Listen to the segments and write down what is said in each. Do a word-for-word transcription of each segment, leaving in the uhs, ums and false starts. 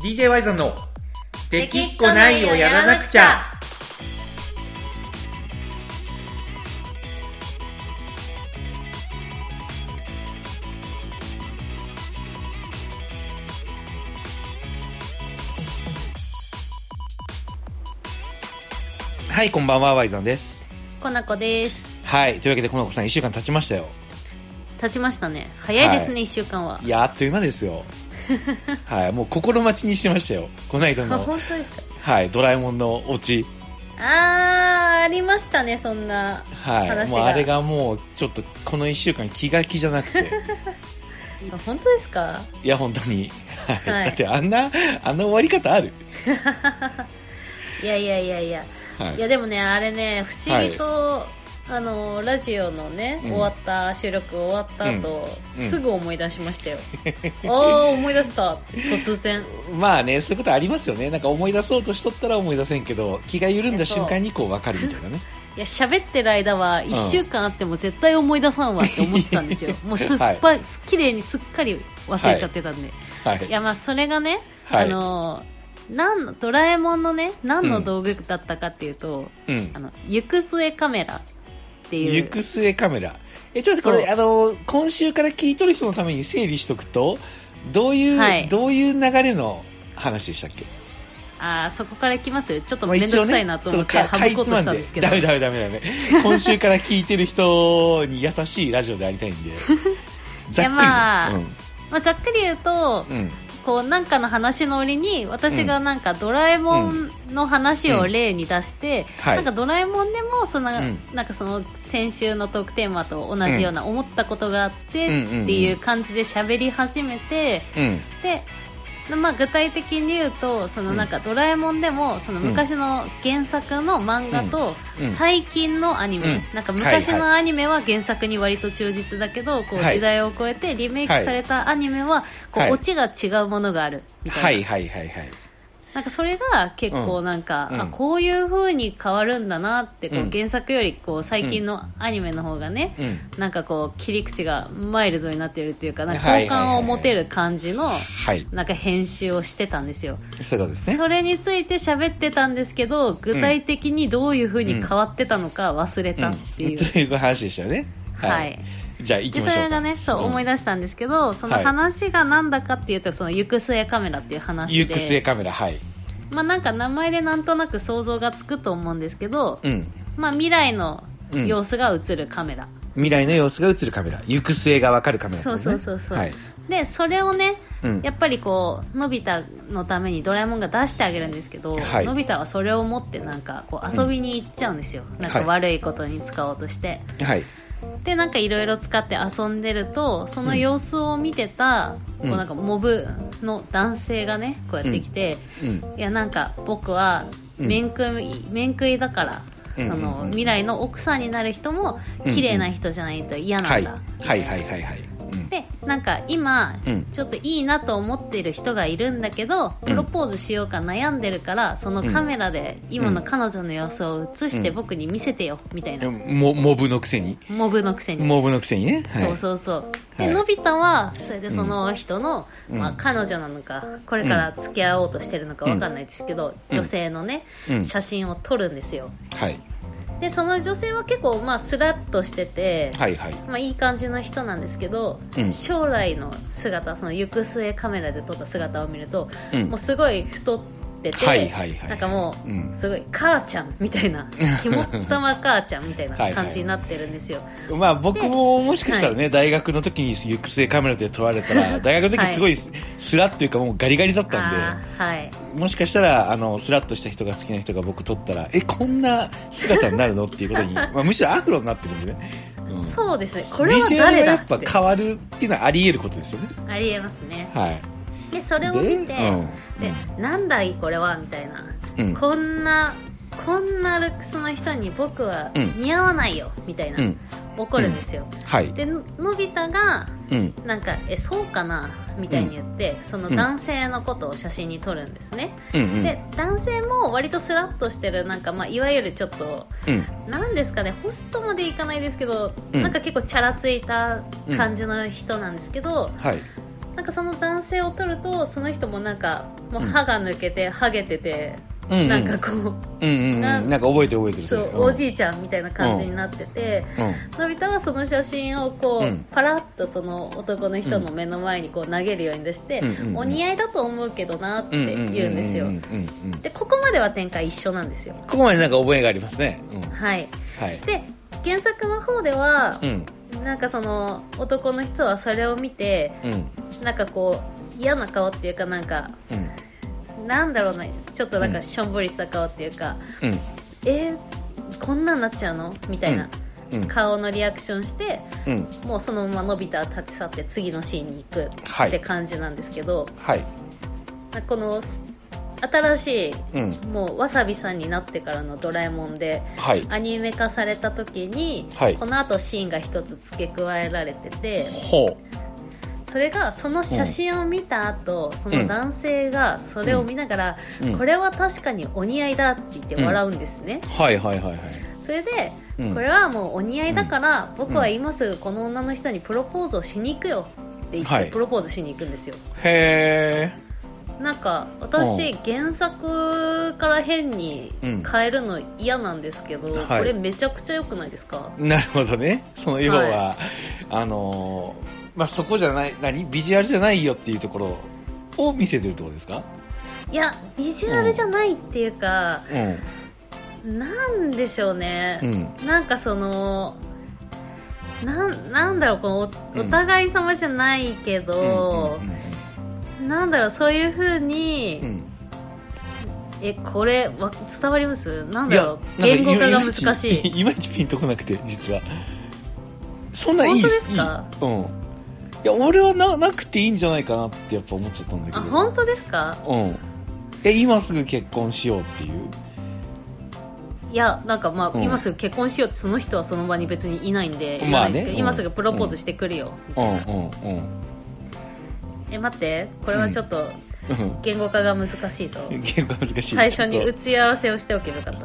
ディージェー ワイゾンのできっこないをやらなくちゃ。はい、こんばんは、ワイゾンです。 こなこです。 はい、というわけでこなこさんいっしゅうかん経ちましたよ。 経ちましたね。早いですね、はい、いっしゅうかんは。 いや、あっという間ですよ。はい、もう心待ちにしてましたよ、この間の。 本当ですか。 はい、ドラえもんのオチ。 あー、ありましたね、そんな話が。 はい、もうあれがもうちょっとこのいっしゅうかん気が気じゃなくて。 本当ですか。 いや本当に、はいはい、だってあんなあんな終わり方ある。 いやいやいやいや、はい、いやでもね、あれね、不思議と、はい、あのラジオのね、うん、終わった収録終わった後、うん、すぐ思い出しましたよ。うん、ああ思い出したって突然。まあね、そういうことありますよね。なんか思い出そうとしとったら思い出せんけど、気が緩んだ瞬間にこう分かるみたいなね。 いや喋ってる間はいっしゅうかんあっても絶対思い出さんわって思ってたんですよ。もうすっぱい、はい、綺麗にすっかり忘れちゃってたんで、はいはい、いやまあそれがね、はい、あのなんのドラえもんのね、何の道具だったかっていうと、うん、あの行く末カメラっていう。 行く末カメラ。え、ちょっとこれあの今週から聞いとる人のために整理しとくと、どういう、はい、どういう流れの話でしたっけ？ あー、そこからいきます。ちょっとめんどくさいなと思って省こうとしたんですけど、 ダメダメダメダメ。今週から聞いてる人に優しいラジオでありたいんで。ざっくり、ね、 まあ、うん、まあざっくり言うと、うん、こうなんかの話の折に私がなんかドラえもんの話を例に出して、うんうん、なんかドラえもんでもその、うん、なんかその先週のトークテーマと同じような思ったことがあってっていう感じで喋り始めて、うん、でまあ、具体的に言うと、そのなんかドラえもんでもその昔の原作の漫画と最近のアニメ、なんか昔のアニメは原作に割と忠実だけど、こう時代を超えてリメイクされたアニメはこうオチが違うものがあるみたいな。はいはいはいはい。なんかそれが結構なんか、うん、あこういう風に変わるんだなってこう原作よりこう最近のアニメの方がね、うん、なんかこう切り口がマイルドになってるっていうか、なんか好感を持てる感じのなんか編集をしてたんですよ。 そうですね。 それについて喋ってたんですけど、具体的にどういう風に変わってたのか忘れたっていう、うんうん、 という話でしたよね。はい。はい、じゃあ行きましょうか。 それがね、そう思い出したんですけど、その話がなんだかっていうと、その行く末カメラっていう話で。 行く末カメラ、はい。 まあ、なんか名前でなんとなく想像がつくと思うんですけど、うん、まあ、未来の様子が映るカメラ、うん、 未来の様子が映るカメラ、行く末がわかるカメラ、ね、 そうそうそうそう、はい、でそれをね、うん、やっぱりこうのび太のためにドラえもんが出してあげるんですけど、はい、のび太はそれを持ってなんかこう遊びに行っちゃうんですよ、うん、なんか悪いことに使おうとして、はい、でなんかいろいろ使って遊んでると、その様子を見てた、うん、こうなんかモブの男性がねこうやってきて、うん、いやなんか僕は面食い、うん、面食いだから、その未来の奥さんになる人も綺麗な人じゃないと嫌なんだ、 うんうん、はいはいはいはい、 でなんか今、うん、ちょっといいなと思ってる人がいるんだけど、プロポーズしようか悩んでるから、うん、そのカメラで今の彼女の様子を映して僕に見せてよ、みたいな、 うん、モ, モブのくせにモブのくせにモブのくせにね、 はい、そうそうそう。で、はい、のび太はそれでその人の、うんまあ、彼女なのかこれから付き合おうとしてるのか分かんないですけど、うん、女性のね、うん、写真を撮るんですよ。はい。でその女性は結構まあスラッとしてて、はいはい、まあ、いい感じの人なんですけど、うん、将来の姿、その行く末カメラで撮った姿を見ると、うん、もうすごい太ってて、はいはいはい、なんかもう、うん、すごい母ちゃんみたいな肝っ玉母ちゃんみたいな感じになってるんですよ。 はいはい、まあ僕ももしかしたらね、はい、大学の時に行く末カメラで撮られたら大学の時すごいスラッというかもうガリガリだったんで、はい、もしかしたらあのスラッとした人が好きな人が僕撮ったらえこんな姿になるのっていうことに、まあ、むしろアフロになってるんでね、 うん、そうですね。これは誰だってビジュアルがやっぱ変わるっていうのはあり得ることですよね。 あり得ますね。はい。でそれを見て、で、うんでなんだいこれはみたいな、うん、こんなこんなルックスの人に僕は似合わないよ、うん、みたいな、うん、怒るんですよ、うんはい、でのび太が、うん、なんかえそうかなみたいに言って、うん、その男性のことを写真に撮るんですね、うん、で男性も割とスラッとしてるなんか、まあ、いわゆるちょっと、うん、なんですかね、ホストまでいかないですけど、うん、なんか結構チャラついた感じの人なんですけど、うんはい、 なんかその男性を撮るとその人もなんかもう歯が抜けて、うん、ハゲてて、うんうん、なんかこう、うんうんうん、な, なんか覚えてる覚えてるそう、うん、おじいちゃんみたいな感じになってて、うん、のび太はその写真をこう、うん、パラッとその男の人の目の前にこう投げるようにして、うん、お似合いだと思うけどなって言うんですよ。でここまでは展開一緒なんですよ。 ここまでなんか覚えがありますね、うん、 はい、はい、で原作の方では、うん、なんかその男の人はそれを見て、うん、なんかこう嫌な顔っていうかなんか、うんなんだろうな、ちょっとなんかしょんぼりした顔っていうか、うん、えー、こんなんなっちゃうのみたいな顔のリアクションして、うん、もうそのままのび太は立ち去って次のシーンに行くって感じなんですけど、はい、この新しい、うん、もうわさびさんになってからのドラえもんで、はい、アニメ化された時に、はい、この後シーンが一つ付け加えられてて、ほうそれがその写真を見た後、うん、その男性がそれを見ながら、うん、これは確かにお似合いだって言って笑うんですね、うん、はいはいはいはい。それで、うん、これはもうお似合いだから、うん、僕は今すぐこの女の人にプロポーズをしに行くよって言ってプロポーズしに行くんですよ、はい、へー。なんか私原作から変に変えるの嫌なんですけど、うん、これめちゃくちゃ良くないですか、はい、 なるほどね。その要は、はい、あのーまあ、そこじゃない、何ビジュアルじゃないよっていうところを見せてるってことですか？ いや、ビジュアルじゃないっていうか、うん、なんでしょうね、うん、なんかそのな、なんだろう、この お, お互い様じゃないけど、うんうんうん、なんだろう、そういう風に、うん、え、これ伝わります？なんだろう、言語化が難しい。 いまいちピンとこなくて、実はそんないい。 本当ですか？ いい、うん、いや俺は な, なくていいんじゃないかなってやっぱ思っちゃったんだけど。あ、 本当ですか？ うん。え、今すぐ結婚しようっていう。 いや、なんかまあ、うん、今すぐ結婚しようってその人はその場に別にいないんで、まあね、うん、今すぐプロポーズしてくるよ、うん、みたいな、うんうんうん、え、待って、これはちょっと言語化が難しいぞ、うん、言語化難しい。最初に打ち合わせをしておけばよかった。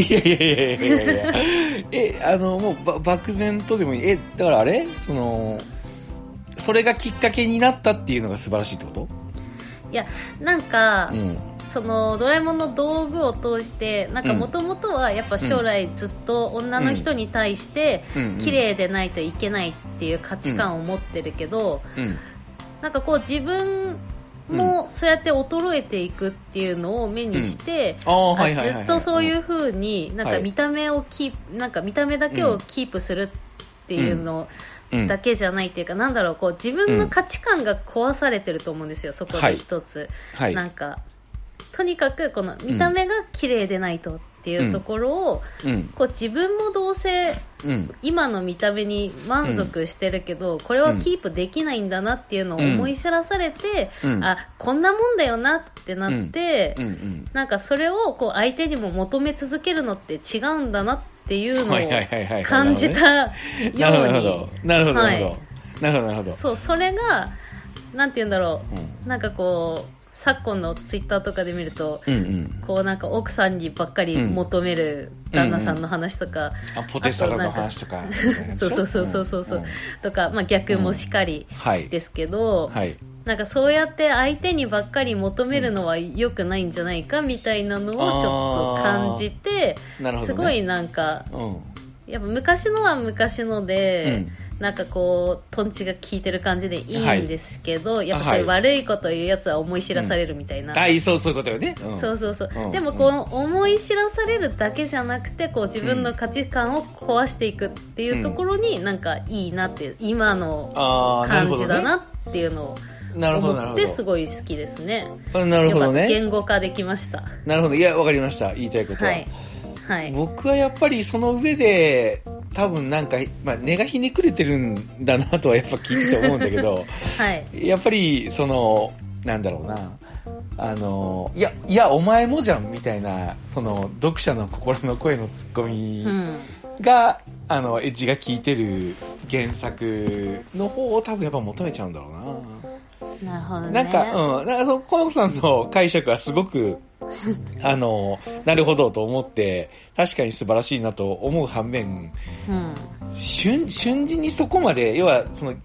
いやいやいやいやいやいやえ、あのもうば漠然とでもいい。え、だからあれそのそれがきっかけになったっていうのが素晴らしいってこと？ いや、なんか、うん、そのドラえもんの道具を通してなんか元々はやっぱ将来ずっと女の人に対して綺麗でないといけないっていう価値観を持ってるけど、うんうん、なんかこう自分もそうやって衰えていくっていうのを目にして、うん、ずっとそういう風になんか見た目をキープ、なんか見た目だけをキープするっていうのを、うん、だけじゃないっていうか、なんだろう、こう自分の価値観が壊されてると思うんですよ、そこで一つ、はい、なんかとにかくこの見た目が綺麗でないとっていうところを、うん、こう自分もどうせ今の見た目に満足してるけど、うん、これはキープできないんだなっていうのを思い知らされて、うん、あ、こんなもんだよなってなって、うんうんうん、なんかそれをこう相手にも求め続けるのって違うんだなっていうのを感じたように、なるほどなるほどなるほどなるほどなるほど、そう、それがなんて言うんだろう、うん、なんかこう昨今のツイッターとかで見ると、うんうん、こうなんか奥さんにばっかり求める旦那さんの話とか、 うんうん、あ、ポテサラの話とかそうそうそうそうそう、うん、とか、まあ、逆もしかりですけど、うんはい、なんかそうやって相手にばっかり求めるのは良くないんじゃないかみたいなのをちょっと感じて、なるほどね、すごいなんか、うん、やっぱ昔のは昔ので、うん、なんかこうトンチが効いてる感じでいいんですけど、はい、やっぱそういう悪いこと言うやつは思い知らされるみたいな、うん、あ、そうそういうことよね、うん、そうそうそう、うん、でもこの思い知らされるだけじゃなくて、こう自分の価値観を壊していくっていうところになんかいいなっていう、今の感じだなっていうのを思ってすごい好きですね。 なるほどね、 言語化できました。 なるほど、いや、わかりました、言いたいことは、はいはい、僕はやっぱりその上で多分なんか、まあ、根がひねくれてるんだなとはやっぱ聞いてて思うんだけど、はい、やっぱりそのなんだろうな、あのいやいやお前もじゃんみたいな、その読者の心の声のツッコミが、うん、あのエッジが効いてる原作の方を多分やっぱ求めちゃうんだろうな。 なるほどね。 なんか、うん、なんかそのコナコさんの解釈はすごくあのなるほどと思って、確かに素晴らしいなと思う反面、うん、瞬瞬時にそこまで、要はその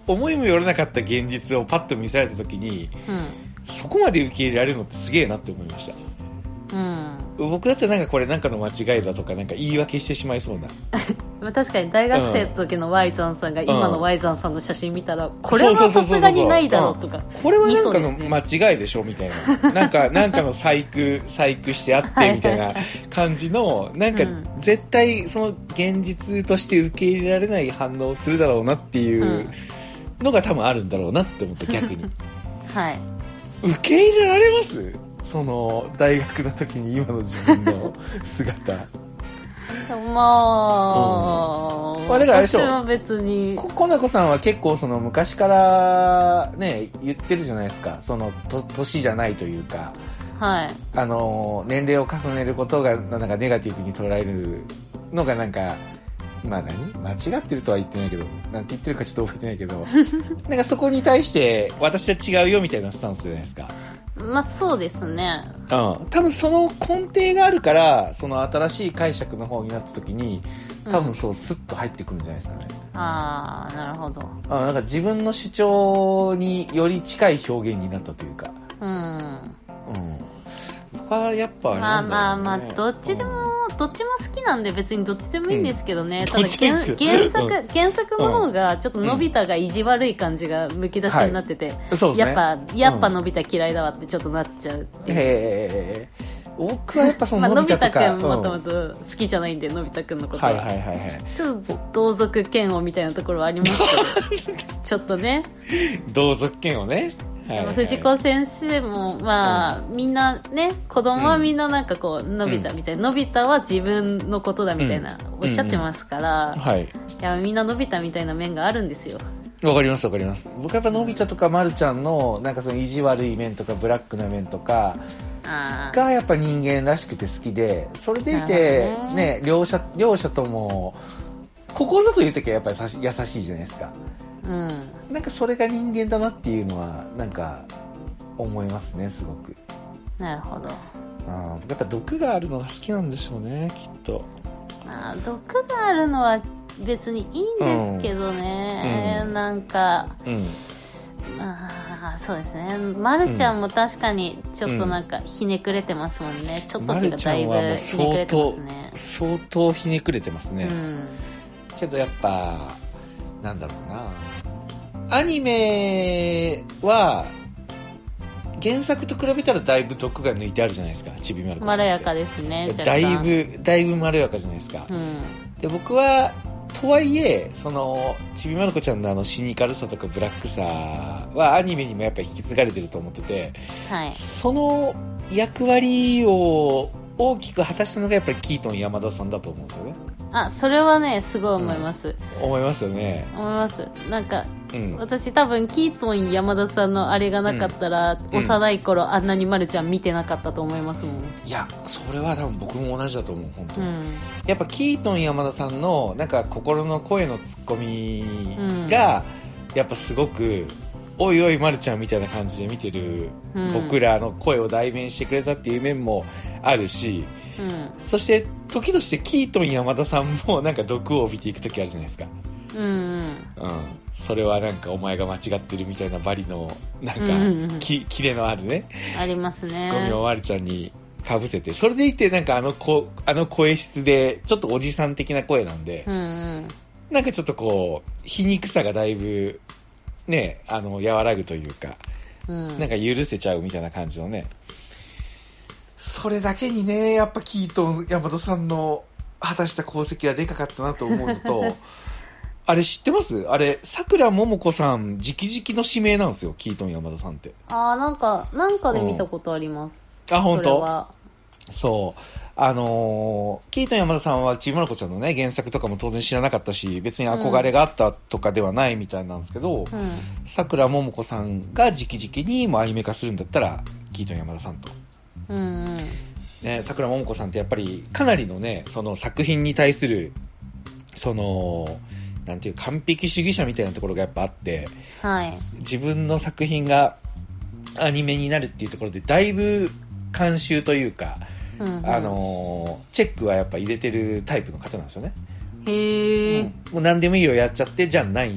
思いもよらなかった現実をパッと見せられた時に、 うん、 そこまで受け入れられるのってすげえなって思いました。うん、僕だってなんかこれなんかの間違いだとかなんか言い訳してしまいそうなまあ確かに大学生の時の Y さんさんが今の Y さんさんの写真見たら、うん、これはさすがにないだろうとか、 これはなんかの間違いでしょみたいななんかなんかの細工細工してあってみたいな感じのなんか絶対その現実として受け入れられない反応をするだろうなっていうのが多分あるんだろうなって思って逆にはい受け入れられます？その大学の時に今の自分の姿まあ、うん、 まあだからあれでしょ、 私は別にここなこさんは結構その昔からね言ってるじゃないですか、そのと年じゃないというか、 はい、 あの年齢を重ねることがなんかネガティブに捉えるのがなんかまあ何間違ってるとは言ってないけどなんて言ってるかちょっと覚えてないけどなんかそこに対して私は違うよみたいなスタンスじゃないですか。 まあそうですね。 うん。多分その根底があるから、その新しい解釈の方になった時に、多分そうスッと入ってくるんじゃないですかね。 うん、ああ、なるほど。 あ、なんか自分の主張により近い表現になったというか。 うん。うん。 僕はやっぱあれなんだろうね。 まあまあまあ、どっちでも、うん、どっちも好きなんで別にどっちでもいいんですけどね。うん、 ただ原, 原作、うん、原作の方がちょっとのび太が意地悪い感じがむき出しになってて、うんはい、そうですね、やっぱ、やっぱのび太嫌いだわってちょっとなっちゃうっていう。へー。僕はやっぱそののび太とか、 まあ、のび太くんもともと好きじゃないんで、うん、のび太くんのことは。はいはいはいはい。ちょっと同族嫌悪みたいなところはありますけど、ちょっとね。 同族嫌悪ね。 はいはい、藤子先生も、まあ、うん、みんなね、子供はみんななんかこう、のび太みたいな、うん、のび太は自分のことだみたいな、うん、おっしゃってますから、うんうんはい、いや、みんなのび太みたいな面があるんですよ。 わかりますわかります。僕はやっぱのび太とかまるちゃんの、なんかその意地悪い面とか、ブラックな面とか、がやっぱ人間らしくて好きで、それでいて、ね, ね、両者、両者とも、ここぞという時はやっぱり優しいじゃないですか。うん、なんかそれが人間だなっていうのはなんか思いますね、すごく。 なるほど。 あ、やっぱ毒があるのが好きなんでしょうね、きっと。 あ、毒があるのは別にいいんですけどね、うん、なんか、うん、あ、そうですね、まるちゃんも確かにちょっとなんかひねくれてますもんね、うん、ちょっとっていうかだいぶひねくれてますね。 相当ひねくれてますね、うん、けどやっぱなんだろうな、アニメは原作と比べたらだいぶ毒が抜いてあるじゃないですか、ちびまる子ちゃんって。まろやかですね。だいぶだいぶまろやかじゃないですか、うん、で僕はとはいえそのちびまる子ちゃんのあのシニカルさとかブラックさはアニメにもやっぱ引き継がれてると思ってて、はい、その役割を大きく果たしたのがやっぱりキートン山田さんだと思うんですよね。 あ、それはねすごい思います、 うん、思いますよね。 思います。なんか、うん、私多分キートン山田さんのあれがなかったら、うん、幼い頃あんなにまるちゃん見てなかったと思いますもん。 いやそれは多分僕も同じだと思う本当に、うん、やっぱキートン山田さんのなんか心の声のツッコミが、うん、やっぱすごくおいおいまるちゃんみたいな感じで見てる僕らの声を代弁してくれたっていう面もあるし、うん、そして時としてキートン山田さんもなんか毒を帯びていく時あるじゃないですか。うん、うんうん、それはなんかお前が間違ってるみたいなバリのなんか、うんうん、きキレのあるねありますねツッコミをまるちゃんにかぶせて、それでいてなんかあのこあの声質でちょっとおじさん的な声なんで、うんうん、なんかちょっとこう皮肉さがだいぶね、あの和らぐというか、うん、なんか許せちゃうみたいな感じのね。それだけにね、やっぱキートン山田さんの果たした功績はでかかったなと思うのとあれ知ってます？あれ桜ももこさん直々の指名なんですよ、キートン山田さんって。 ああ、なんかなんかで見たことあります、 うん、あ、本当？そうあのー、キートン山田さんはちびまる子ちゃんのね原作とかも当然知らなかったし、別に憧れがあったとかではないみたいなんですけど、さくらももこさんが直々にもうアニメ化するんだったらキートン山田さんと、うんうんね、さくらももこさんってやっぱりかなりのねその作品に対するそのなんていう完璧主義者みたいなところがやっぱあって、はい、自分の作品がアニメになるっていうところでだいぶ監修というか、うんうん、あのチェックはやっぱ入れてるタイプの方なんですよね。へー、うん、もう何でもいいよやっちゃってじゃないんです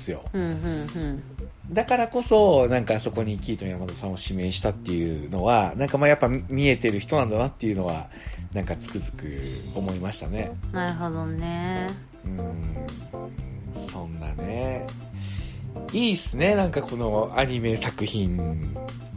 ですよ。 うんうんうん、 だからこそなんかそこにキートン山田さんを指名したっていうのはなんかまあやっぱ見えてる人なんだなっていうのはなんかつくづく思いましたね。 なるほどね。 うん、そんなね、いいっすね、なんかこのアニメ作品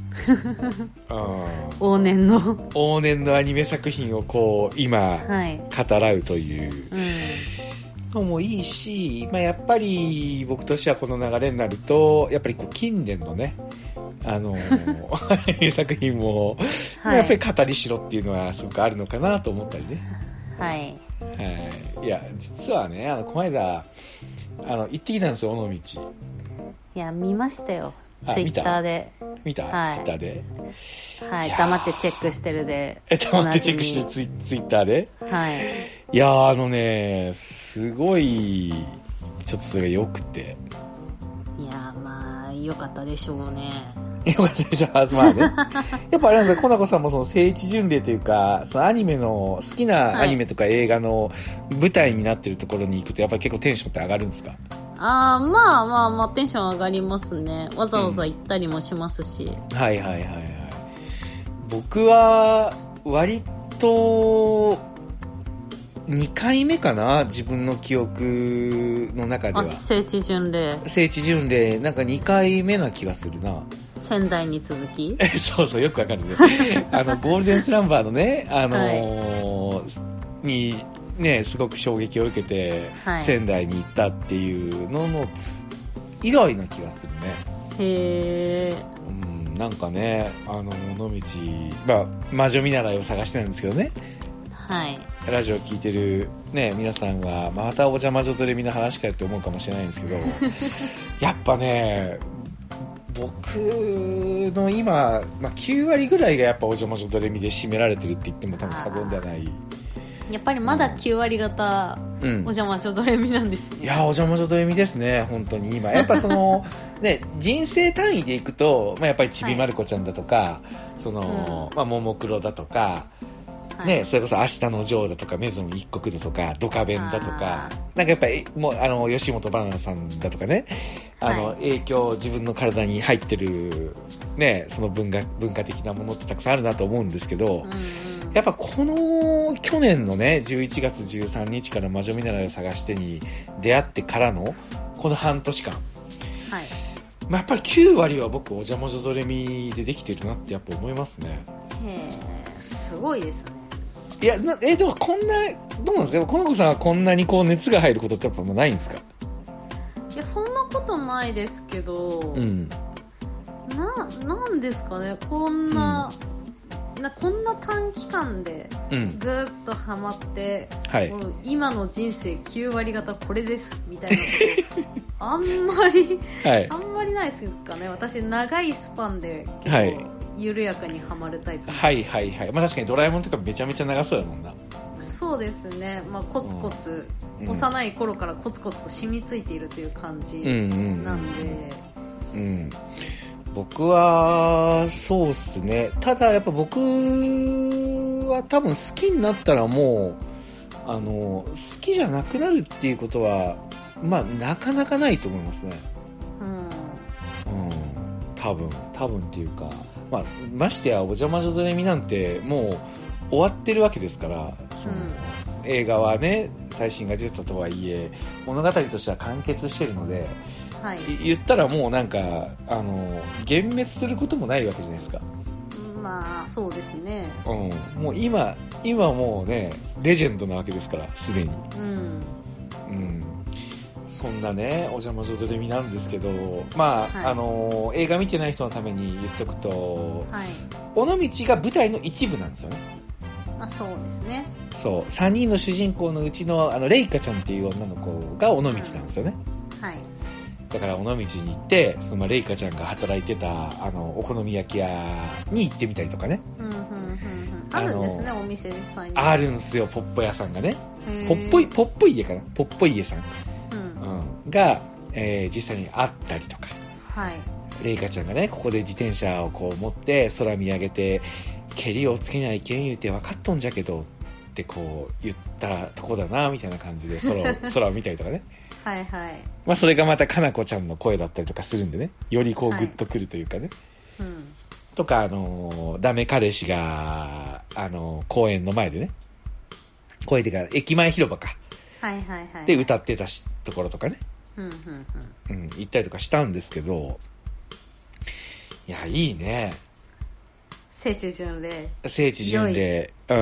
往年の往年のアニメ作品をこう今、はい、語らうというのもいいし、まあ、やっぱり僕としてはこの流れになるとやっぱりこう近年のねあのアニメ作品も、はい、やっぱり語りしろっていうのはすごくあるのかなと思ったりね。 はい、 はい、いや実はねあのこの間あの行ってきたんですよ尾道。いや見ましたよツイッターで見た、はい、ツイッターで、 はい、黙ってチェックしてるでえ黙ってチェックしてツイ、ツイッターで、 はい、 いやーあのねすごいちょっとそれが良くて、 いやまあ良かったでしょうね。 良かったでしょうまあねやっぱあれなんですよコナコさんもその聖地巡礼というかそのアニメの好きなアニメとか映画の舞台になってるところに行くとやっぱり結構テンションって上がるんですか？ ああまあまあまあテンション上がりますね。わざわざ行ったりもしますし、 うん、はいはいはいはい。僕は割とにかいめかな自分の記憶の中では。あ聖地巡礼聖地巡礼なんかにかいめな気がするな。 仙台に続きそうそうよくわかるねあのゴールデンスランバーのねあのーはい、にね、すごく衝撃を受けて、はい、仙台に行ったっていうのの以来な気がするね。 へー、うん、なんかねあの尾道、まあ、魔女見習いを探してるんですけどね、 はい、 ラジオ聞いてる、ね、皆さんはまたお邪魔女ドレミの話かよって思うかもしれないんですけどやっぱね僕の今、まあ、きゅうわりぐらいがやっぱお邪魔女ドレミで占められてるって言っても多分過言ではない。 やっぱりまだきゅうわり方、うん、お邪魔女ドレミなんですね。 いやお邪魔女ドレミですね本当に今やっぱそのね人生単位でいくと、まあ、やっぱりちびまる子ちゃんだとか、はい、その、うん、まあ、ももクロだとか、はい、ね、それこそ明日のジョーだとかメゾン一国だとかドカベンだとかなんかやっぱりもうあの吉本バナナさんだとかねあの、はい、影響自分の体に入ってるねその文化文化的なものってたくさんあるなと思うんですけど、うん、やっぱこの去年のねじゅういちがつじゅうさんにちから魔女見習いを探してに出会ってからのこの半年間、はい、まあ、やっぱりきゅうわりは僕お邪魔女ドレミでできてるなってやっぱ思いますね。 へーすごいですね。 いやなえでもこんなどうなんですかこの子さんはこんなにこう熱が入ることってやっぱもうないんですか？ いやそんなことないですけど、うん、ななんですかねこんな、うん、なこんな短期間でぐーっとハマって、うんはい、もう今の人生きゅうわり方これですみたいなことあんまり、はい、あんまりないですかね。私長いスパンで結構、はい、緩やかにはまるタイプ。 はいはいはい。まあ確かにドラえもんとかめちゃめちゃ長そうやもんな。 そうですね。まあコツコツ、うん、幼い頃からコツコツと染みついているという感じなんで。うん、 うんうん、僕はそうっすね。ただやっぱ僕は多分好きになったらもうあの好きじゃなくなるっていうことはまあなかなかないと思いますね。うん。うん。多分多分っていうか。まあ、ましてやお邪魔女ドレミなんてもう終わってるわけですからその、うん、映画はね最新が出たとはいえ物語としては完結してるので、はい、言ったらもうなんかあの幻滅することもないわけじゃないですか。 まあそうですね、 うん、もう今今もうねレジェンドなわけですからすでに、うんうん、そんなねお邪魔女ドレミなんですけどまあ、はい、あの映画見てない人のために言っておくと、はい、尾道が舞台の一部なんですよね。 あそうですね。 そうさんにんの主人公のうちのあのレイカちゃんっていう女の子が尾道なんですよね、うん、はい。だから尾道に行ってそのまあレイカちゃんが働いてたあのお好み焼き屋に行ってみたりとかね、うんうんうんうん、 あるんですねお店実際に。 あるんですよポッポ屋さんがねポッポイポッポイ家かなポッポイ家さん、うんうん、が、えー、実際にあったりとか、はい、レイカちゃんがねここで自転車をこう持って空見上げて蹴りをつけないけん言うて分かっとんじゃけどってこう言ったとこだなみたいな感じで空を空を見たりとかねはいはい。 まあそれがまたかなこちゃんの声だったりとかするんでね、よりこうグッとくるというかね。はい、うん。とか、あのー、ダメ彼氏が、あのー、公園の前でね、公園っていうか、駅前広場か。 はいはいはい。 で、歌ってたし、ところとかね。 うんうんうん。 うん、行ったりとかしたんですけど、いや、いいね。 聖地巡礼。 聖地巡礼。うん。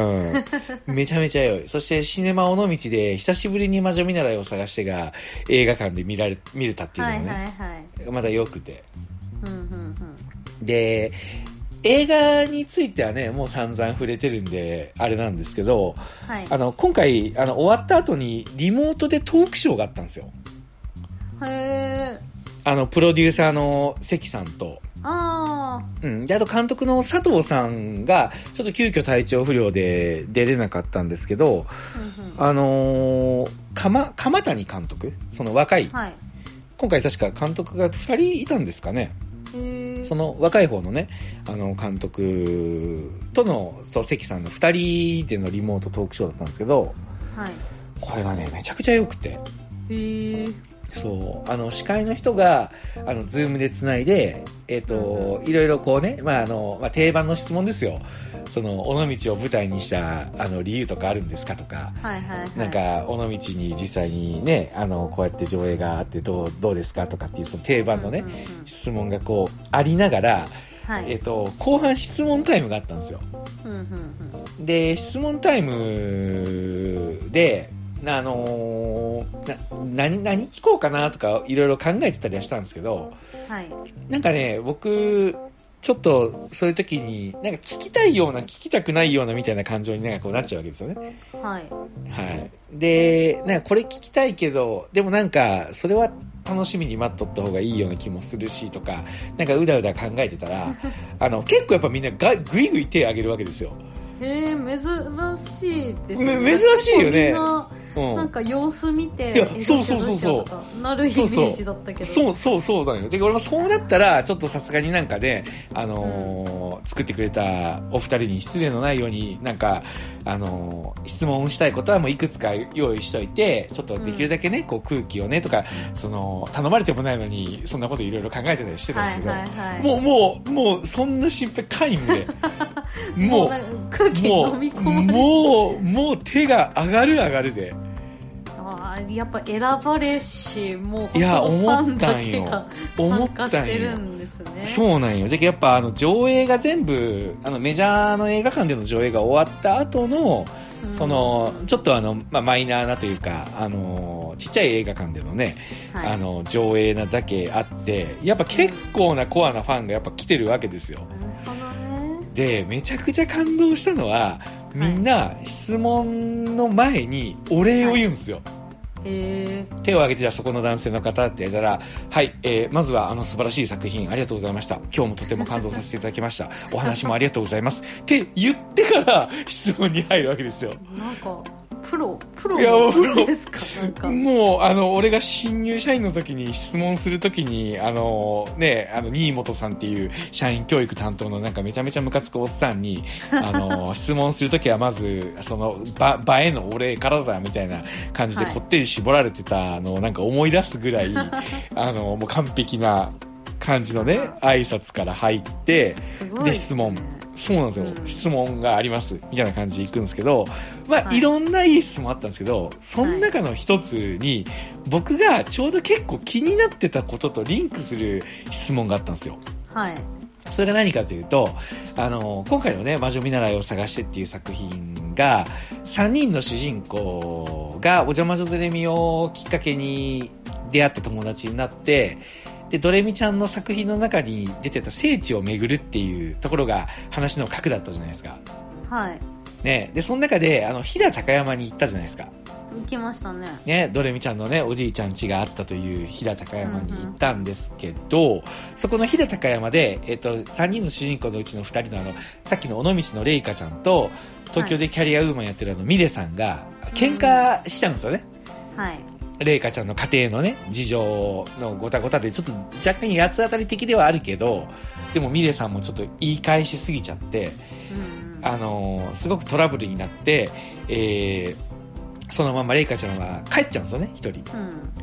めちゃめちゃ良い。そしてシネマ尾道で久しぶりに魔女見習いを探してが映画館で見られ、見れたっていうのもね。はいはいはい。まだ良くて。 うんうんうん。 で、映画についてはね、もう散々触れてるんで、あれなんですけど、はい、あの、今回、あの、終わった後にリモートでトークショーがあったんですよ。 へー。 あの、プロデューサーの関さんと、 あうん。で、あと監督の佐藤さんが、ちょっと急遽体調不良で出れなかったんですけど、うんうん、あのー、かま、鎌谷監督その若い、はい。今回確か監督がふたりいたんですかね。その若い方のね、あの、監督との、と関さんのふたりでのリモートトークショーだったんですけど、はい。これがね、めちゃくちゃ良くて。 へー。 そう。あの、司会の人が、あの、ズームで繋いで、えっと、いろいろこうね、まあ、あの、まあ、定番の質問ですよ。その、尾道を舞台にした、あの、理由とかあるんですかとか、 はいはいはい。 なんか、尾道に実際にね、あの、こうやって上映があってどう、どうですかとかっていう、その定番のね、うんうんうん、質問がこう、ありながら、はい、えっと、後半質問タイムがあったんですよ。 うんうんうん、 で、質問タイムで、あのー、な、何、何聞こうかなとかいろいろ考えてたりはしたんですけど、はい。なんかね、僕、ちょっとそういう時に、なんか聞きたいような、聞きたくないようなみたいな感情になんかこうなっちゃうわけですよね。 はい。 はい。で、なんかこれ聞きたいけど、でもなんか、それは楽しみに待っとった方がいいような気もするしとか、なんかうだうだ考えてたら、あの、結構やっぱみんながぐいぐい手を挙げるわけですよ。 へえ、珍しいですね。 珍しいよね。 うん、なんか様子見て、 いや、そうそうそうそう。 なるイメージだったけど。 そうそうそうだよ。で、俺もそうなったら、ちょっとさすがになんかね、あのーうん、作ってくれたお二人に失礼のないように、なんか、あのー、質問したいことはもういくつか用意しといて、ちょっとできるだけね、こう空気をね、とか、その、頼まれてもないのに、そんなこといろいろ考えてたりしてたんですけど、はいはいはい、もう、もう、もう、そんな心配皆無で、もう、 空気飲み込まれて、 もう、もう手が上がる上がるで、 あやっぱ選ばれし、もういや、思ったんよ。 思ったんよ。 そうなんよ。じゃやっぱあの上映が全部、あのメジャーの映画館での上映が終わった後の、うん、その、ちょっとあの、まあ、マイナーなというか、あの、ちっちゃい映画館でのね、はい、あの、上映なだけあって、やっぱ結構なコアなファンがやっぱ来てるわけですよ。 うん、 で、めちゃくちゃ感動したのは、みんな質問の前にお礼を言うんですよ。はいえー、 手を挙げてじゃあそこの男性の方って言ったら、はい、えー、まずはあの素晴らしい作品ありがとうございました。今日もとても感動させていただきました。お話もありがとうございます。って言ってから質問に入るわけですよ。 なんか、プロ、プロですか？なんかもう、あの、俺が新入社員の時に質問する時に、あの、ね、あの、新本さんっていう社員教育担当のなんかめちゃめちゃムカつくおっさんに、あの、質問する時はまず、その、場、場へのお礼からだみたいな感じでこってり絞られてたのをなんか思い出すぐらい、はい、あの、もう完璧な感じのね、挨拶から入って、で、質問。そうなんですよ、うん。質問があります。みたいな感じで行くんですけど、まあ、はい、いろんないい質問あったんですけど、その中の一つに、僕がちょうど結構気になってたこととリンクする質問があったんですよ。 はい。 それが何かというと、あの、今回のね、魔女見習いを探してっていう作品が、さんにんの主人公がお邪魔女ドレミをきっかけに出会った友達になって、で、ドレミちゃんの作品の中に出てた聖地を巡るっていうところが話の核だったじゃないですか。 はい。 ね、で、その中で、あの、飛騨高山に行ったじゃないですか。 行きましたね。 ね、ドレミちゃんのね、おじいちゃん家があったという飛騨高山に行ったんですけど、うんうん、そこの飛騨高山で、えっと、さんにんの主人公のうちのふたりのあの、さっきの尾道のレイカちゃんと、東京でキャリアウーマンやってるあの、ミレさんが、喧嘩しちゃうんですよね。 うん、はい。 レイカちゃんの家庭のね、事情のごたごたで、ちょっと若干八つ当たり的ではあるけど、でもミレさんもちょっと言い返しすぎちゃって、うん、あのー、すごくトラブルになって、えー、そのままレイカちゃんは帰っちゃうんですよね、一人。 うん、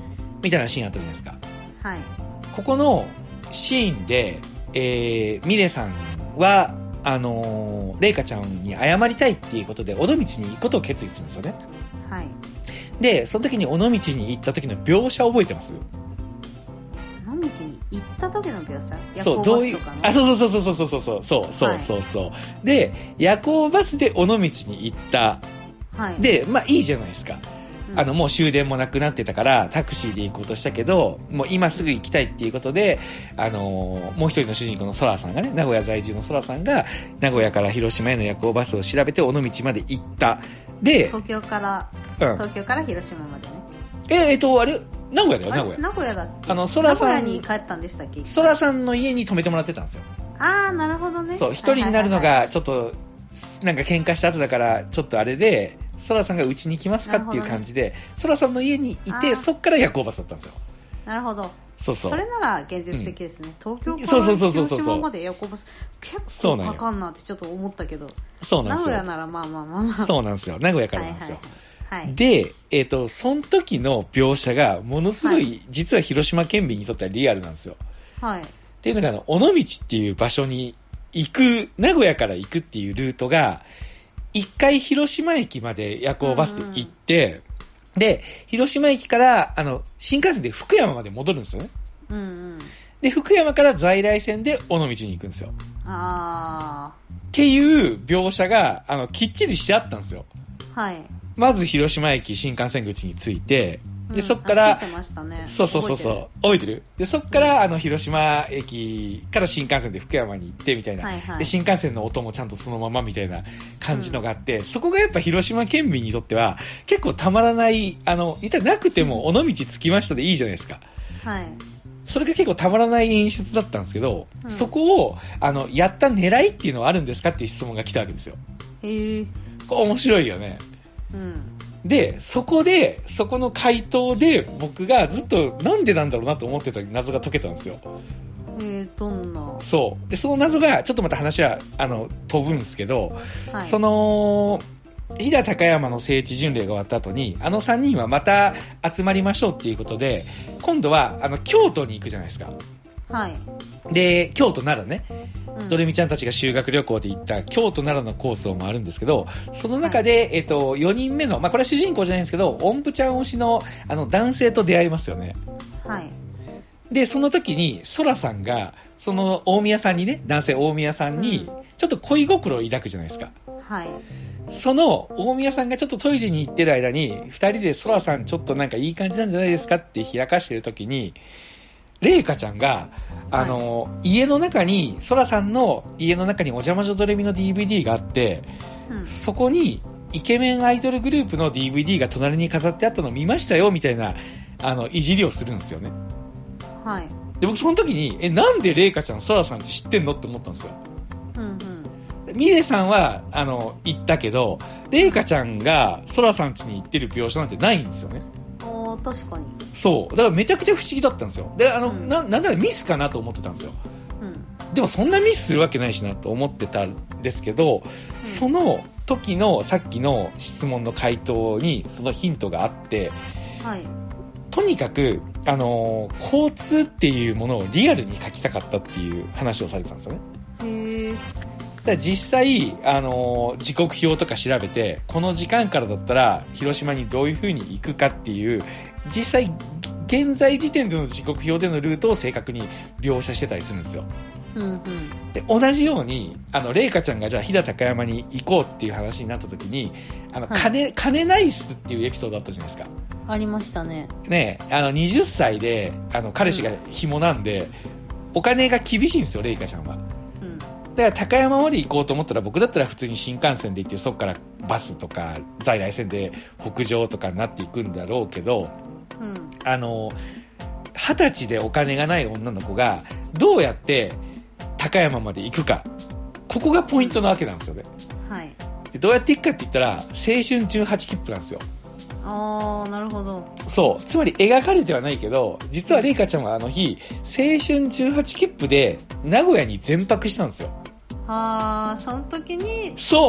みたいなシーンあったじゃないですか。 はい。 ここのシーンで、えー、ミレさんは、あのー、レイカちゃんに謝りたいっていうことで、尾道に行くことを決意するんですよね。 はい。 で、その時に尾道に行った時の描写覚えてます？ 尾道に行った時の描写？ そう、どういう、あ、そうそうそうそうそうそうそう、そうそうそうそう、はい、で、夜行バスで尾道に行った。はい。で、まあいいじゃないですか。あの、もう終電もなくなってたから、タクシーで行こうとしたけど、もう今すぐ行きたいっていうことで、あのー、もう一人の主人公のソラさんがね、名古屋在住のソラさんが、名古屋から広島への夜行バスを調べて、尾道まで行った。で、 東京から、うん、東京から広島までね。 えー、えっと、あれ名古屋だよ、名古屋。 名古屋だっけ？ あの、ソラさん。 名古屋に帰ったんでしたっけ？ ソラさんの家に泊めてもらってたんですよ。 あー、なるほどね。 そう、一人になるのが、ちょっと、なんか喧嘩した後だから、ちょっとあれで、ソラさんがうちに来ますかっていう感じで、ソラさんの家にいて、そっから夜行バスだったんですよ。 なるほど。 そうそう。 それなら現実的ですね。うん、東京から広島まで夜行バス、結構かかんなってちょっと思ったけど。 そうなんですよ。 名古屋ならまあまあまあまあ。 そうなんですよ。名古屋からなんですよ。 はいはいはい、 で、えっと、その時の描写が、ものすごい、はい、実は広島県民にとってはリアルなんですよ。 はい。 っていうのが、あの、尾道っていう場所に行く、名古屋から行くっていうルートが、一回広島駅まで夜行バスで行って、うんうん、で、広島駅から、あの、新幹線で福山まで戻るんですよね。 うんうん。 で、福山から在来線で尾道に行くんですよ。 あー。 っていう描写が、あの、きっちりしてあったんですよ。 はい。 まず広島駅新幹線口に着いて、で、そっから、 うん、ましたね、 そうそうそうそう、覚えてる？で、そっから、あの、広島駅から新幹線で福山に行ってみたいな、はいはい、で、新幹線の音もちゃんとそのままみたいな感じのがあって、うん、そこがやっぱ広島県民にとっては、結構たまらない、あの、いたなくても尾道着きましたでいいじゃないですか。 はい。 それが結構たまらない演出だったんですけど、うん、そこを、あの、やった狙いっていうのはあるんですかっていう質問が来たわけですよ。 へー。 これ面白いよね。 うん。 で、そこで、そこの回答で僕がずっとなんでなんだろうなと思ってた謎が解けたんですよ。 えー、どんな？ そう。で、その謎が、ちょっとまた話は、あの、飛ぶんですけど、はい、その、飛騨高山の聖地巡礼が終わった後に、あのさんにんはまた集まりましょうっていうことで、今度は、あの、京都に行くじゃないですか。 はい。 で、京都奈良ね。ドレミちゃんたちが修学旅行で行った京都奈良のコースを回るんですけど、その中で、はい、えっと、よにんめの、まあ、これは主人公じゃないんですけど、音符ちゃん推しの、あの、男性と出会いますよね。 はい。 で、その時に、ソラさんが、その、大宮さんにね、男性大宮さんに、ちょっと恋心を抱くじゃないですか。 はい。 その、大宮さんがちょっとトイレに行ってる間に、二人でソラさんちょっとなんかいい感じなんじゃないですかって開かしてる時に、レイカちゃんが、あの、はい、家の中に、ソラさんの家の中にお邪魔女ドレミの ディーブイディー があって、うん、そこにイケメンアイドルグループの ディーブイディー が隣に飾ってあったのを見ましたよ、みたいな、あの、いじりをするんですよね。 はい。 で、僕その時に、え、なんでレイカちゃんソラさんち知ってんのって思ったんですよ。 うんうん。 ミレさんは、あの、言ったけど、レイカちゃんがソラさんちに行ってる描写なんてないんですよね。 確かに。 そう。だからめちゃくちゃ不思議だったんですよ。で、あの、うん、な、なんならミスかなと思ってたんですよ。 うん。 でもそんなミスするわけないしなと思ってたんですけど、うん、その時のさっきの質問の回答にそのヒントがあって、 はい。 とにかく、あのー、交通っていうものをリアルに書きたかったっていう話をされてたんですよね。 へー。 だから実際、あのー、時刻表とか調べて、この時間からだったら、広島にどういう風に行くかっていう、実際、現在時点での時刻表でのルートを正確に描写してたりするんですよ。 うんうん。 で、同じように、あの、レイカちゃんがじゃあ、飛騨高山に行こうっていう話になった時に、あの、はい、金、金ないっすっていうエピソードあったじゃないですか。 ありましたね。 ねえ、あの、はたちで、あの、彼氏が紐なんで、うん、お金が厳しいんですよ、レイカちゃんは。だから高山まで行こうと思ったら僕だったら普通に新幹線で行ってそこからバスとか在来線で北上とかになっていくんだろうけど、 うん、 あの、二十歳でお金がない女の子がどうやって高山まで行くか。ここがポイントなわけなんですよね。 はい。 でどうやって行くかって言ったら青春じゅうはち切符なんですよ。 あー、なるほど。 そう。つまり描かれてはないけど、実はレイカちゃんはあの日、青春じゅうはち切符で名古屋に全泊したんですよ。 あー、その時に、 そう。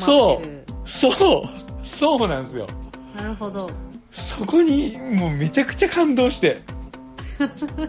ソラさん家に泊まってる。 そう。そう。そうなんですよ。 なるほど。 そこにもうめちゃくちゃ感動してなるほど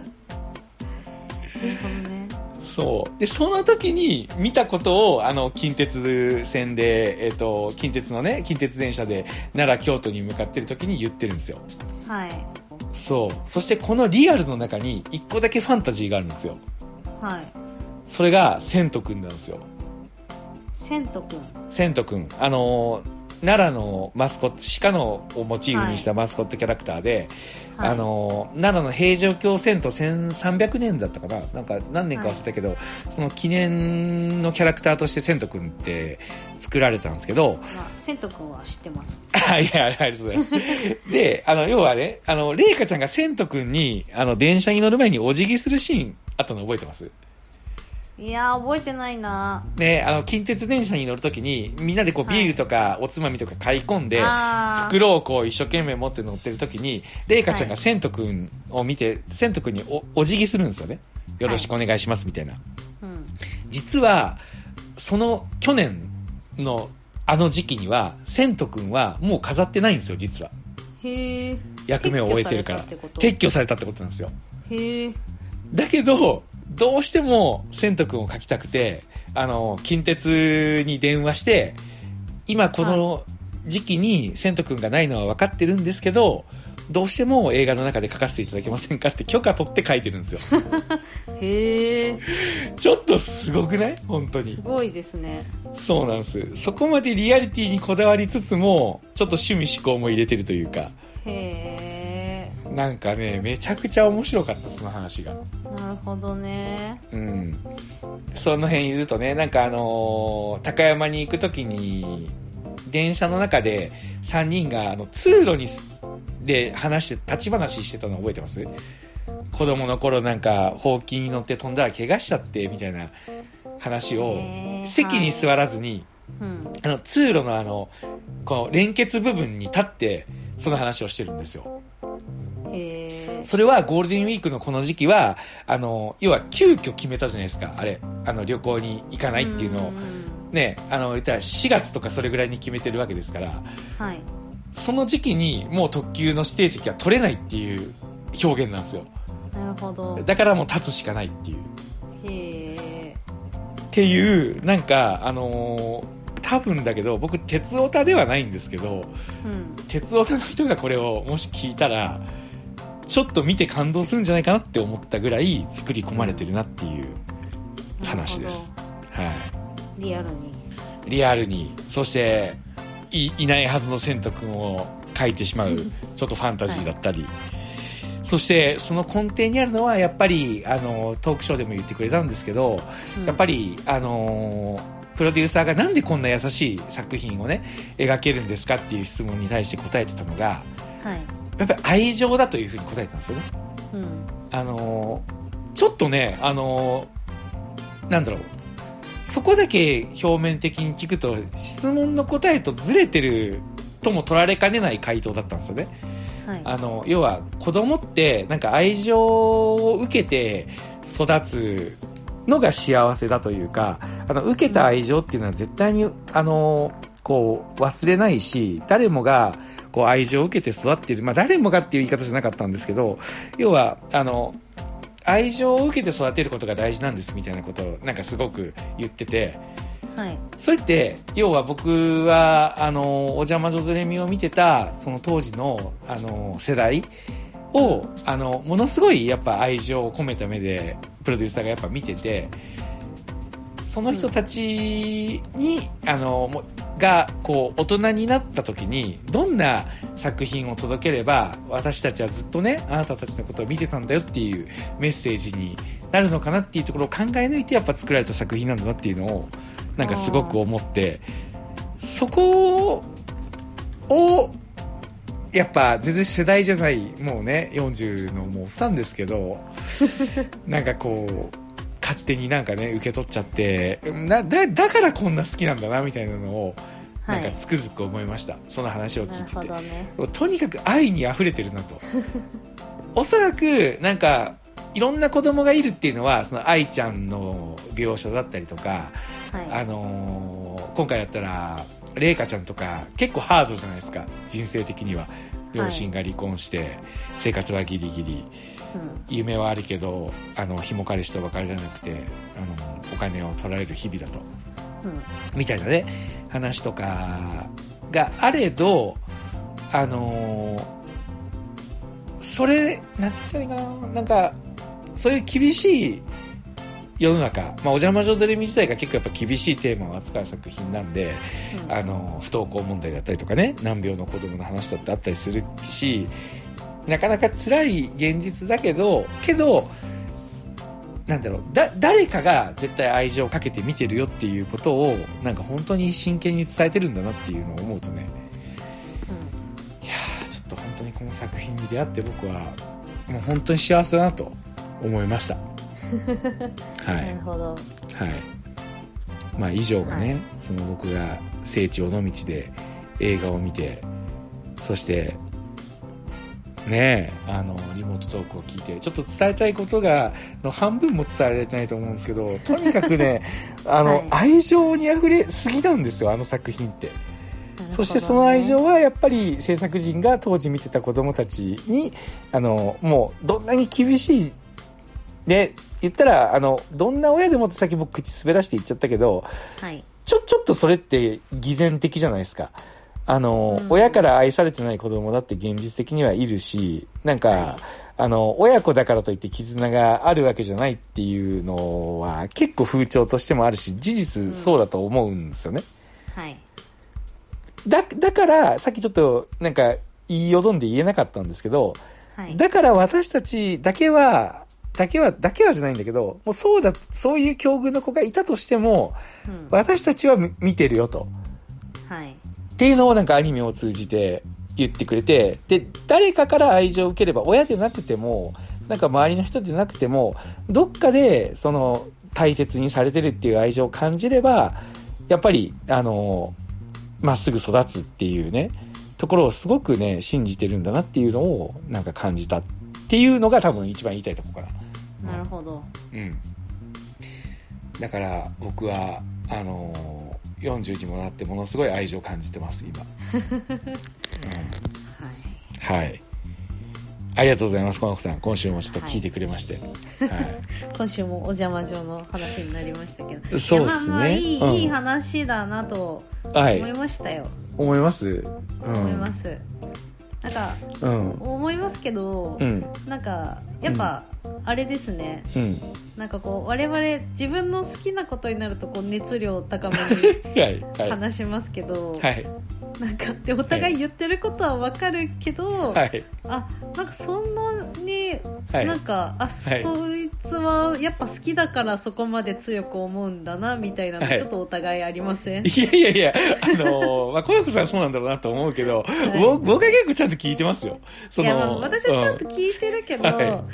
ね。 そうでその時に見たことをあの近鉄線で、えーと、近鉄のね近鉄電車で奈良京都に向かってる時に言ってるんですよ。 はい。 そうそしてこのリアルの中に一個だけファンタジーがあるんですよ。 はい。 それが千とくんなんですよ。 千とくん千とくんあの奈良のマスコット鹿のをモチーフにしたマスコットキャラクターで、はい、あの奈良の平城京遷都せんさんびゃくねんだったかななんか何年か忘れたけど、はい、その記念のキャラクターとして千とくんって作られたんですけど、 まあ、千とくんは知ってますいやありがとうございますであの要はねあの麗華ちゃんが千とくんにあの電車に乗る前にお辞儀するシーンあったの覚えてます？ いやー覚えてないなね、あの近鉄電車に乗るときにみんなでこうビールとかおつまみとか買い込んで、はい、袋をこう一生懸命持って乗ってるときに麗華ちゃんが千とくんを見て千とくんに お, お辞儀するんですよね。よろしくお願いしますみたいな、はいうん、実はその去年のあの時期には千とくんはもう飾ってないんですよ実は。 へー役目を終えてるから撤去されたってことなんですよ。 へーだけどどうしても千とくんを描きたくてあの近鉄に電話して今この時期に千とくんがないのは分かってるんですけどどうしても映画の中で描かせていただけませんかって許可取って描いてるんですよへーちょっとすごくない本当にすごいですね。 そうなんです。そこまでリアリティにこだわりつつもちょっと趣味思考も入れてるというかへーなんかねめちゃくちゃ面白かったその話が。 なるほどね。 うん。その辺言うとね、なんかあのー、高山に行くときに、電車の中でさんにんがあの通路にで話して、立ち話してたの覚えてます？子供の頃なんか、ほうきに乗って飛んだら怪我しちゃって、みたいな話を、席に座らずに、はいうん、あの通路のあの、この連結部分に立って、その話をしてるんですよ。それはゴールデンウィークのこの時期は、あの、要は急遽決めたじゃないですか、あれ。あの、旅行に行かないっていうのを、ね、あの、言ったらしがつとかそれぐらいに決めてるわけですから、 はい。 その時期にもう特急の指定席は取れないっていう表現なんですよ。 なるほど。 だからもう立つしかないっていう。 へー。 っていう、なんか、あのー、多分だけど、僕、鉄オタではないんですけど、うん、鉄オタの人がこれをもし聞いたら、ちょっと見て感動するんじゃないかなって思ったぐらい作り込まれてるなっていう話です。はい。 リアルに。 リアルに。そして、い、いないはずの千とくんを描いてしまう、ちょっとファンタジーだったり。はい、そして、その根底にあるのは、やっぱり、あの、トークショーでも言ってくれたんですけど、うん、やっぱり、あの、プロデューサーがなんでこんな優しい作品をね、描けるんですかっていう質問に対して答えてたのが、はい。やっぱり愛情だというふうに答えたんですよね。うん、あのー、ちょっとね、あのー、なんだろう、そこだけ表面的に聞くと質問の答えとずれてるとも取られかねない回答だったんですよね。はい、あの要は子供ってなんか愛情を受けて育つのが幸せだというか、あの受けた愛情っていうのは絶対にあのこう忘れないし、誰もがこう愛情を受けて育っている。まあ誰もがっていう言い方じゃなかったんですけど、要は、あの、愛情を受けて育てることが大事なんですみたいなことをなんかすごく言ってて、はい。それって、要は僕は、あの、お邪魔女ドレミを見てた、その当時の、あの、世代を、あの、ものすごいやっぱ愛情を込めた目で、プロデューサーがやっぱ見てて、その人たちに、うん、あの、もが、こう、大人になった時に、どんな作品を届ければ、私たちはずっとね、あなたたちのことを見てたんだよっていうメッセージになるのかなっていうところを考え抜いて、やっぱ作られた作品なんだなっていうのを、なんかすごく思って、そこを、やっぱ全然世代じゃない、もうね、よんじゅうのもうおっさんですけど、なんかこう、勝手になんかね、受け取っちゃって、な、だ、だからこんな好きなんだな、みたいなのを、なんかつくづく思いました。はい、その話を聞いてて。ね、とにかく愛に溢れてるなと。おそらく、なんか、いろんな子供がいるっていうのは、その愛ちゃんの描写だったりとか、はい、あのー、今回だったら、レイカちゃんとか、結構ハードじゃないですか、人生的には。 両親が離婚して、はい、生活はギリギリ、うん、夢はあるけどあのひも彼氏と別れられなくてあのお金を取られる日々だと、うん、みたいなね話とかがあれどあのー、それなんて言ったらいいかななんかそういう厳しい世の中、まあ、お邪魔女ドレミ自体が結構やっぱ厳しいテーマを扱う作品なんで、うん、あの不登校問題だったりとかね難病の子供の話だってあったりするしなかなか辛い現実だけどけどなんだろうだ誰かが絶対愛情をかけて見てるよっていうことをなんか本当に真剣に伝えてるんだなっていうのを思うとね、うん、いやーちょっと本当にこの作品に出会って僕はもう本当に幸せだなと思いましたはい、なるほど、はい、まあ以上がね、はい、その僕が聖地尾道で映画を見てそしてねえあのリモートトークを聞いてちょっと伝えたいことがの半分も伝えられてないと思うんですけどとにかくねあの、はい、愛情にあふれすぎなんですよあの作品って。そしてその愛情はやっぱり制作陣が当時見てた子供たちにあのもうどんなに厳しいで言ったらあのどんな親でもってさっき僕口滑らして言っちゃったけど、はい、ちょちょっとそれって偽善的じゃないですか。あの、うん、親から愛されてない子供だって現実的にはいるしなんか、はい、あの親子だからといって絆があるわけじゃないっていうのは結構風潮としてもあるし事実そうだと思うんですよね、うん、はい。だだからさっきちょっとなんか言いよどんで言えなかったんですけど、はい、だから私たちだけはだけは、だけはじゃないんだけど、もうそうだ、そういう境遇の子がいたとしても、うん、私たちは見てるよと。はい。っていうのをなんかアニメを通じて言ってくれて、で、誰かから愛情を受ければ、親でなくても、なんか周りの人でなくても、どっかで、その、大切にされてるっていう愛情を感じれば、やっぱり、あの、まっすぐ育つっていうね、ところをすごくね、信じてるんだなっていうのを、なんか感じたっていうのが多分一番言いたいところかな。 なるほど。 うん。だから僕はあのー、よんじゅうにもなってものすごい愛情を感じてます今。うん、はい。はい。ありがとうございますこの子さん今週もちょっと聞いてくれまして。はい。はい、今週もお邪魔状の話になりましたけど。 そうですね。まあまあいい、うん、いい話だなと思いましたよ。はい、 思います。 うん、思います。なんか、うん、思いますけど、うん、なんかやっぱ、うん、あれですね、うん、なんかこう我々自分の好きなことになるとこう熱量高めに話しますけど、はいはい、なんかでお互い言ってることは分かるけど、はい、あなんかそんなに、はい、なんかあ、はい、こいつはやっぱ好きだからそこまで強く思うんだなみたいなのちょっとお互いありません？はい、 いやいやいやあのー、まあ、コナコさんそうなんだろうなと思うけど、はい、僕は結構ちゃんと聞いてますよ。そのいや、まあ、 私はちゃんと聞いてるけど、うんはいはい、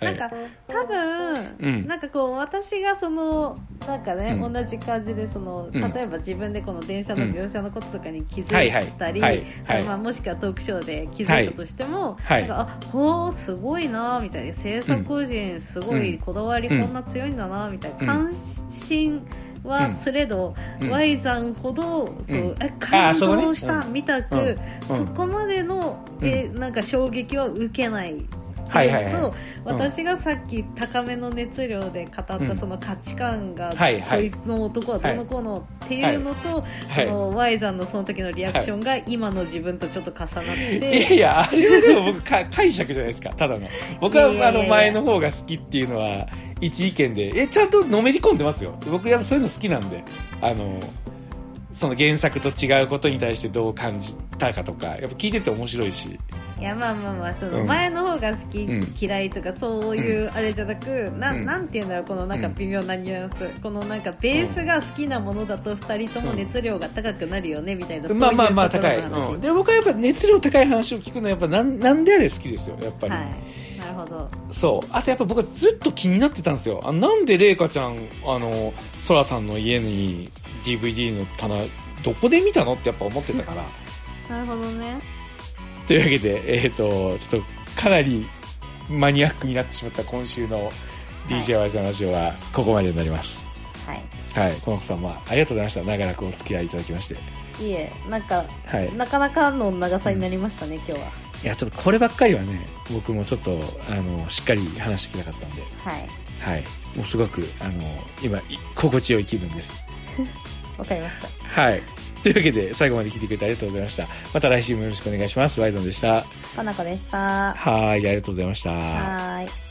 なんか多分、うん、なんかこう私がそのなんかね、うん、同じ感じでその例えば自分でこの電車の描写のこととかに気づいたり、まあ、もしくはトークショーで気づいたとしても、はいはい、なんかあほーすごいなみたいな制作陣すごいこだわりこんな強いんだなみたいな関心はすれど、うん、Y さんほど、うん、そうえ感動した、ね、みたく、うん、そこまでの、うん、えなんか衝撃は受けない。はいはいはい、私がさっき高めの熱量で語ったその価値観が、うんはいはい、こいつの男はどの子のっていうのと、はい、その Y さんのその時のリアクションが今の自分とちょっと重なって、はい、 いやいやあれはでも僕か解釈じゃないですかただの僕はあの前の方が好きっていうのは一意見でえちゃんとのめり込んでますよ僕やっぱそういうの好きなんであのその原作と違うことに対してどう感じたかとかやっぱ聞いてて面白いしいやまあまあまあその前の方が好き、うん、嫌いとかそういうあれじゃなく、うん、な, なんていうんだろうこのなんか微妙なニュアンス、うん、このなんかベースが好きなものだとふたりとも熱量が高くなるよねみたいな、うん、そういうまあまあまあ高い、うん、で僕はやっぱ熱量高い話を聞くのはやっぱなんなんであれ好きですよやっぱり、はい、 なるほどそうあとやっぱ僕はずっと気になってたんですよあなんでレイカちゃんあのソラさんの家に ディーブイディー の棚どこで見たのってやっぱ思ってたからなるほどねというわけで、えーと、ちょっとかなりマニアックになってしまった今週の ディージェー ワイズのラジオはここまでになります。はい。はい。この子さんはありがとうございました。長らくお付き合いいただきまして。 いえ、なんか、はい、なかなかの長さになりましたね、うん、今日は。 いやちょっとこればっかりはね僕もちょっとあのしっかり話してきたかったんで、 はいはいもうすごくあの今心地よい気分です。 わかりました。 はい。というわけで最後まで聞いてくれてありがとうございました。また来週もよろしくお願いします。ワイドンでした。 かなこでした。 はい、じゃあありがとうございました。 はい。